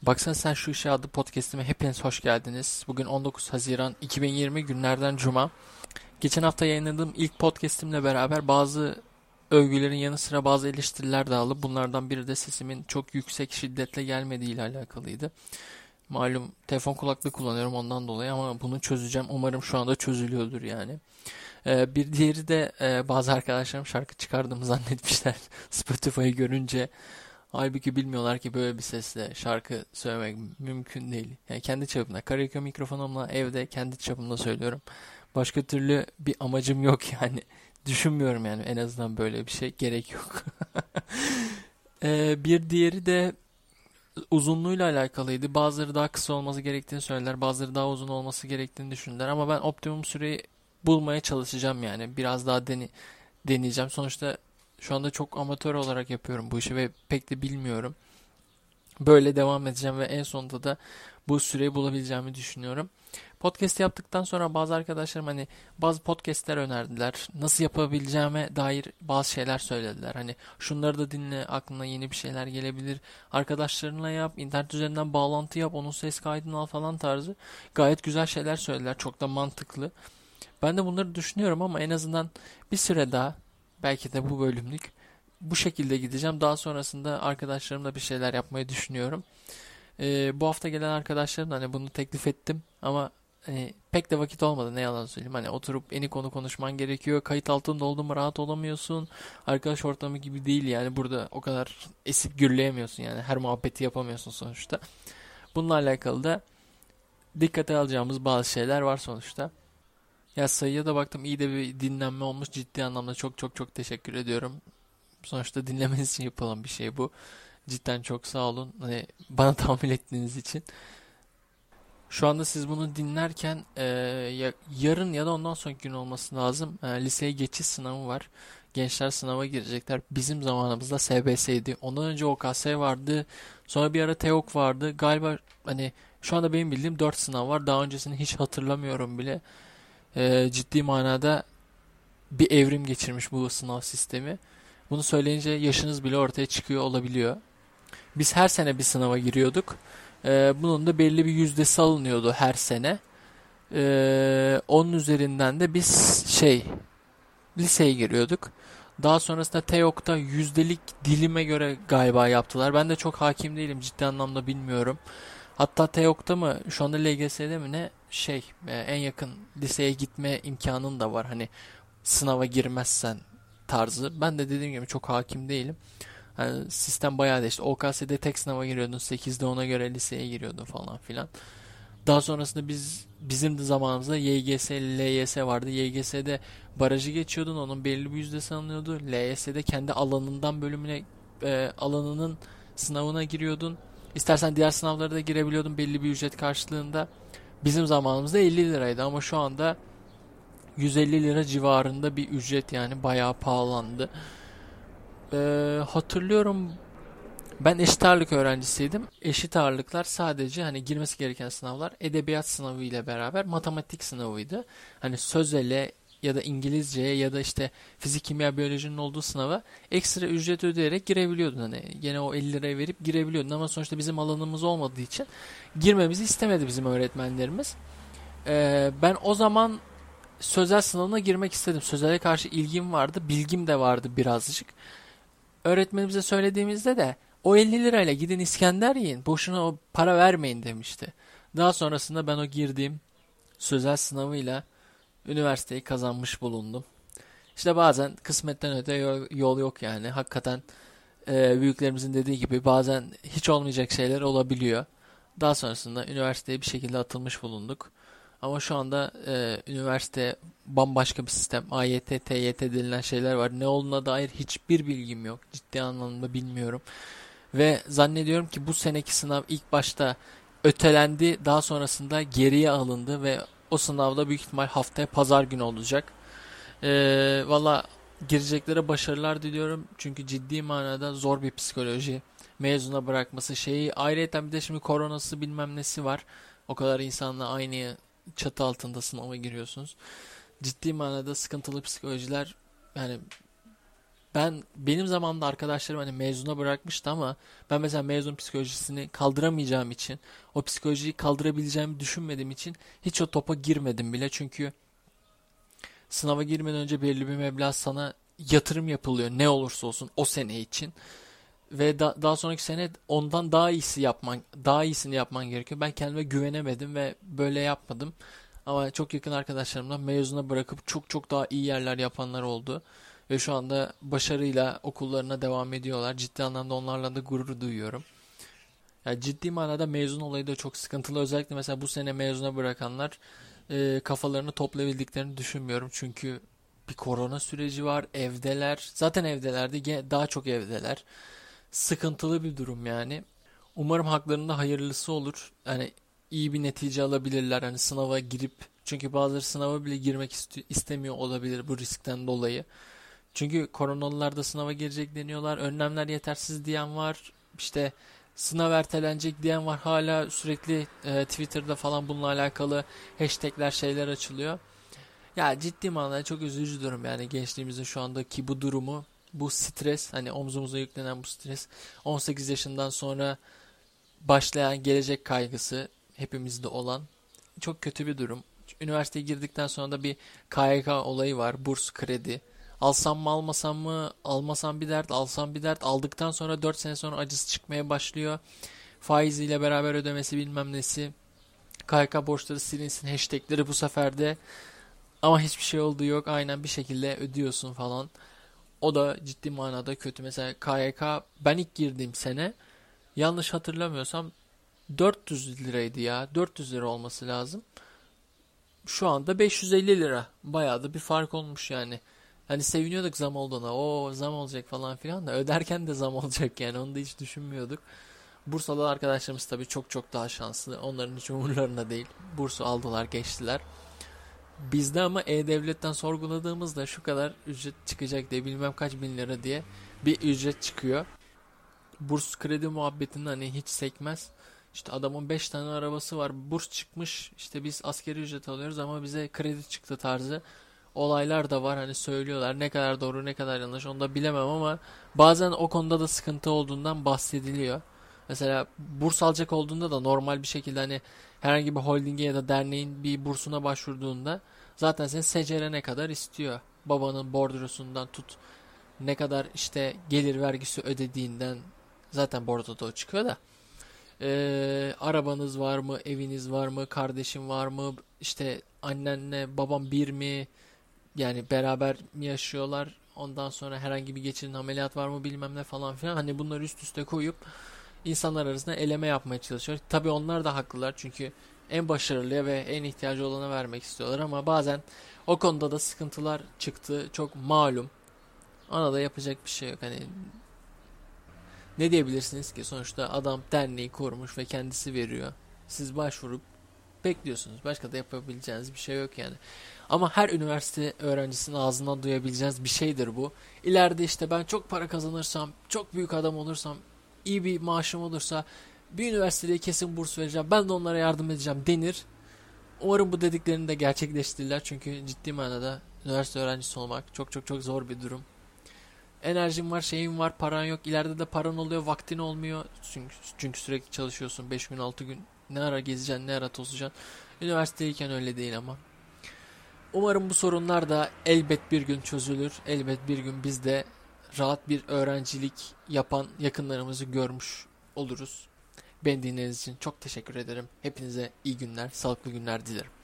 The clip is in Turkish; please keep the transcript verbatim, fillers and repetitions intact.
Baksana Sen Şu İşe adlı podcast'ime hepiniz hoş geldiniz. Bugün on dokuz Haziran iki bin yirmi günlerden Cuma. Geçen hafta yayınladığım ilk podcast'imle beraber bazı övgülerin yanı sıra bazı eleştiriler de aldım. Bunlardan biri de sesimin çok yüksek şiddetle gelmediği ile alakalıydı. Malum telefon kulaklığı kullanıyorum ondan dolayı ama bunu çözeceğim. Umarım şu anda çözülüyordur yani. Ee, bir diğeri de e, bazı arkadaşlarım şarkı çıkardığımı zannetmişler. Spotify'ı görünce. Halbuki bilmiyorlar ki böyle bir sesle şarkı söylemek mümkün değil. Yani kendi çapımda, karaoke mikrofonumla evde kendi çapımda söylüyorum. Başka türlü bir amacım yok yani. Düşünmüyorum yani en azından böyle bir şey gerek yok. Ee, bir diğeri de uzunluğuyla alakalıydı. Bazıları daha kısa olması gerektiğini söylediler. Bazıları daha uzun olması gerektiğini düşündüler. Ama ben optimum süreyi bulmaya çalışacağım yani. Biraz daha dene deneyeceğim. Sonuçta şu anda çok amatör olarak yapıyorum bu işi ve pek de bilmiyorum. Böyle devam edeceğim ve en sonunda da bu süreyi bulabileceğimi düşünüyorum. Podcast yaptıktan sonra bazı arkadaşlarım hani bazı podcastler önerdiler. Nasıl yapabileceğime dair bazı şeyler söylediler. Hani şunları da dinle, aklına yeni bir şeyler gelebilir. Arkadaşlarınla yap, internet üzerinden bağlantı yap, onun ses kaydını al falan tarzı. Gayet güzel şeyler söylediler. Çok da mantıklı. Ben de bunları düşünüyorum ama en azından bir süre daha, belki de bu bölümlük, bu şekilde gideceğim. Daha sonrasında arkadaşlarımla bir şeyler yapmayı düşünüyorum. Ee, bu hafta gelen arkadaşlarımla hani bunu teklif ettim ama hani pek de vakit olmadı, ne yalan söyleyeyim. Hani oturup eni konu konuşman gerekiyor. Kayıt altında oldu mu rahat olamıyorsun. Arkadaş ortamı gibi değil yani, burada o kadar esip gürleyemiyorsun yani. Her muhabbeti yapamıyorsun sonuçta. Bununla alakalı da dikkate alacağımız bazı şeyler var sonuçta. Ya sayıya da baktım, iyi de bir dinlenme olmuş. Ciddi anlamda çok çok çok teşekkür ediyorum. Sonuçta dinlemeniz için yapılan bir şey bu. Cidden çok sağ olun. Hani bana tahammül ettiğiniz için. Şu anda siz bunu dinlerken e, ya, yarın ya da ondan sonraki gün olması lazım. E, liseye geçiş sınavı var. Gençler sınava girecekler. Bizim zamanımızda S B S'ydi. Ondan önce O K S vardı. Sonra bir ara TEOK vardı. Galiba hani şu anda benim bildiğim dört sınav var. Daha öncesini hiç hatırlamıyorum bile. E, ciddi manada bir evrim geçirmiş bu sınav sistemi. Bunu söyleyince yaşınız bile ortaya çıkıyor olabiliyor. Biz her sene bir sınava giriyorduk. Ee, bunun da belli bir yüzdesi alınıyordu her sene. Ee, onun üzerinden de biz şey liseye giriyorduk. Daha sonrasında TEOK'ta yüzdelik dilime göre galiba yaptılar. Ben de çok hakim değilim, ciddi anlamda bilmiyorum. Hatta TEOK'ta mı şu anda L G S'de mi ne şey e, en yakın liseye gitme imkanın da var. Hani sınava girmezsen tarzı. Ben de dediğim gibi çok hakim değilim. Yani sistem bayağı değişti. O K S'de tek sınava giriyordun. sekizde ona göre liseye giriyordun falan filan. Daha sonrasında biz bizim de zamanımızda Y G S, L Y S vardı. Y G S'de barajı geçiyordun. Onun belli bir yüzdesi alınıyordu. L Y S'de kendi alanından bölümüne e, alanının sınavına giriyordun. İstersen diğer sınavlara da girebiliyordun belli bir ücret karşılığında. Bizim zamanımızda elli liraydı ama şu anda yüz elli lira civarında bir ücret, yani bayağı pahalandı. Ee, hatırlıyorum, ben eşit ağırlık öğrencisiydim. Eşit ağırlıklar sadece hani girmesi gereken sınavlar edebiyat sınavı ile beraber matematik sınavıydı. Hani sözele ya da İngilizceye ya da işte fizik, kimya, biyolojinin olduğu sınava ekstra ücret ödeyerek girebiliyordun. Hani gene o elli liraya verip girebiliyordun ama sonuçta bizim alanımız olmadığı için girmemizi istemedi bizim öğretmenlerimiz. Ee, ben o zaman sözel sınavına girmek istedim. Sözele karşı ilgim vardı, bilgim de vardı birazcık. Öğretmenimize söylediğimizde de o elli lirayla gidin İskender yiyin, boşuna o para vermeyin demişti. Daha sonrasında ben o girdiğim sözel sınavıyla üniversiteyi kazanmış bulundum. İşte bazen kısmetten öte yol, yol yok yani. Hakikaten e, büyüklerimizin dediği gibi bazen hiç olmayacak şeyler olabiliyor. Daha sonrasında üniversiteye bir şekilde atılmış bulunduk. Ama şu anda e, üniversite bambaşka bir sistem. A Y T, T Y T denilen şeyler var. Ne olduğuna dair hiçbir bilgim yok. Ciddi anlamda bilmiyorum. Ve zannediyorum ki bu seneki sınav ilk başta ötelendi. Daha sonrasında geriye alındı ve o sınavda büyük ihtimal haftaya pazar günü olacak. Ee, valla gireceklere başarılar diliyorum. Çünkü ciddi manada zor bir psikoloji. Mezuna bırakması şeyi. Ayrıca bir de şimdi koronası bilmem nesi var. O kadar insanla aynı çatı altında sınava giriyorsunuz. Ciddi manada sıkıntılı psikolojiler, yani Ben benim zamanımda arkadaşlarım hani mezuna bırakmıştı ama ben mesela mezun psikolojisini kaldıramayacağım için, o psikolojiyi kaldırabileceğimi düşünmediğim için hiç o topa girmedim bile. Çünkü sınava girmeden önce belirli bir meblağ sana yatırım yapılıyor ne olursa olsun o sene için. Ve da- daha sonraki sene ondan daha iyisi yapman, daha iyisini yapman gerekiyor. Ben kendime güvenemedim ve böyle yapmadım. Ama çok yakın arkadaşlarımdan mezuna bırakıp çok çok daha iyi yerler yapanlar oldu. Ve şu anda başarıyla okullarına devam ediyorlar. Ciddi anlamda onlarla da gurur duyuyorum. Yani ciddi manada mezun olayı da çok sıkıntılı. Özellikle mesela bu sene mezuna bırakanlar e, kafalarını toplayabildiklerini düşünmüyorum. Çünkü bir korona süreci var, evdeler. Zaten evdelerdi, ge- daha çok evdeler. Sıkıntılı bir durum yani. Umarım haklarında hayırlısı olur. Yani iyi bir netice alabilirler. Hani sınava girip, çünkü bazıları sınava bile girmek isti- istemiyor olabilir bu riskten dolayı. Çünkü koronalılar da sınava girecek deniyorlar. Önlemler yetersiz diyen var. İşte sınav ertelenecek diyen var. Hala sürekli e, Twitter'da falan bununla alakalı hashtagler şeyler açılıyor. Ya ciddi manada çok üzücü durum yani gençliğimizin şu andaki bu durumu, bu stres, hani omzumuza yüklenen bu stres, on sekiz yaşından sonra başlayan gelecek kaygısı hepimizde olan çok kötü bir durum. Üniversiteye girdikten sonra da bir K Y K olayı var, burs kredi. Alsam mı almasam mı, almasam bir dert, alsam bir dert. Aldıktan sonra dört sene sonra acısı çıkmaya başlıyor. Faiziyle beraber ödemesi bilmem nesi. K Y K borçları silinsin hashtagleri bu sefer de. Ama hiçbir şey olduğu yok. Aynen bir şekilde ödüyorsun falan. O da ciddi manada kötü. Mesela K Y K ben ilk girdiğim sene yanlış hatırlamıyorsam dört yüz liraydı ya. dört yüz lira olması lazım. Şu anda beş yüz elli lira. Bayağı da bir fark olmuş yani. Hani seviniyorduk zam olduğuna. O zam olacak falan filan da öderken de zam olacak yani. Onu da hiç düşünmüyorduk. Bursalı arkadaşlarımız tabii çok çok daha şanslı. Onların hiç umurlarında değil. Bursu aldılar, geçtiler. Bizde ama E-Devlet'ten sorguladığımızda şu kadar ücret çıkacak diye bilmem kaç bin lira diye bir ücret çıkıyor. Burs kredi muhabbetinden hani hiç sekmez. İşte adamın beş tane arabası var. Burs çıkmış. İşte biz askeri ücret alıyoruz ama bize kredi çıktı tarzı olaylar da var. Hani söylüyorlar. Ne kadar doğru ne kadar yanlış onu da bilemem ama bazen o konuda da sıkıntı olduğundan bahsediliyor. Mesela burs alacak olduğunda da normal bir şekilde hani herhangi bir holdinge ya da derneğin bir bursuna başvurduğunda zaten seni secerene kadar istiyor. Babanın bordrosundan tut ne kadar işte gelir vergisi ödediğinden zaten bordroda o çıkıyor da. Ee, arabanız var mı, eviniz var mı, kardeşin var mı, işte annenle babam bir mi, yani beraber mi yaşıyorlar, ondan sonra herhangi bir geçirin ameliyat var mı bilmem ne falan filan, hani bunları üst üste koyup insanlar arasında eleme yapmaya çalışıyor. Tabii onlar da haklılar çünkü en başarılıya ve en ihtiyacı olana vermek istiyorlar ama bazen o konuda da sıkıntılar çıktı, çok malum. Ona da yapacak bir şey yok. Hani ne diyebilirsiniz ki? Sonuçta adam derneği kurmuş ve kendisi veriyor. Siz başvurup bekliyorsunuz. Başka da yapabileceğiniz bir şey yok yani. Ama her üniversite öğrencisinin ağzından duyabileceğiniz bir şeydir bu. İleride işte ben çok para kazanırsam, çok büyük adam olursam, iyi bir maaşım olursa bir üniversiteye kesin burs vereceğim. Ben de onlara yardım edeceğim denir. Umarım bu dediklerini de gerçekleştirirler. Çünkü ciddi manada üniversite öğrencisi olmak çok çok çok zor bir durum. Enerjin var, şeyin var, paran yok. İleride de paran oluyor, vaktin olmuyor. Çünkü, çünkü sürekli çalışıyorsun. Beş gün, altı gün. Ne ara gezeceksin, ne ara tozacaksın. Üniversiteyken öyle değil ama. Umarım bu sorunlar da elbet bir gün çözülür. Elbet bir gün biz de rahat bir öğrencilik yapan yakınlarımızı görmüş oluruz. Beni dinlediğiniz için çok teşekkür ederim. Hepinize iyi günler, sağlıklı günler dilerim.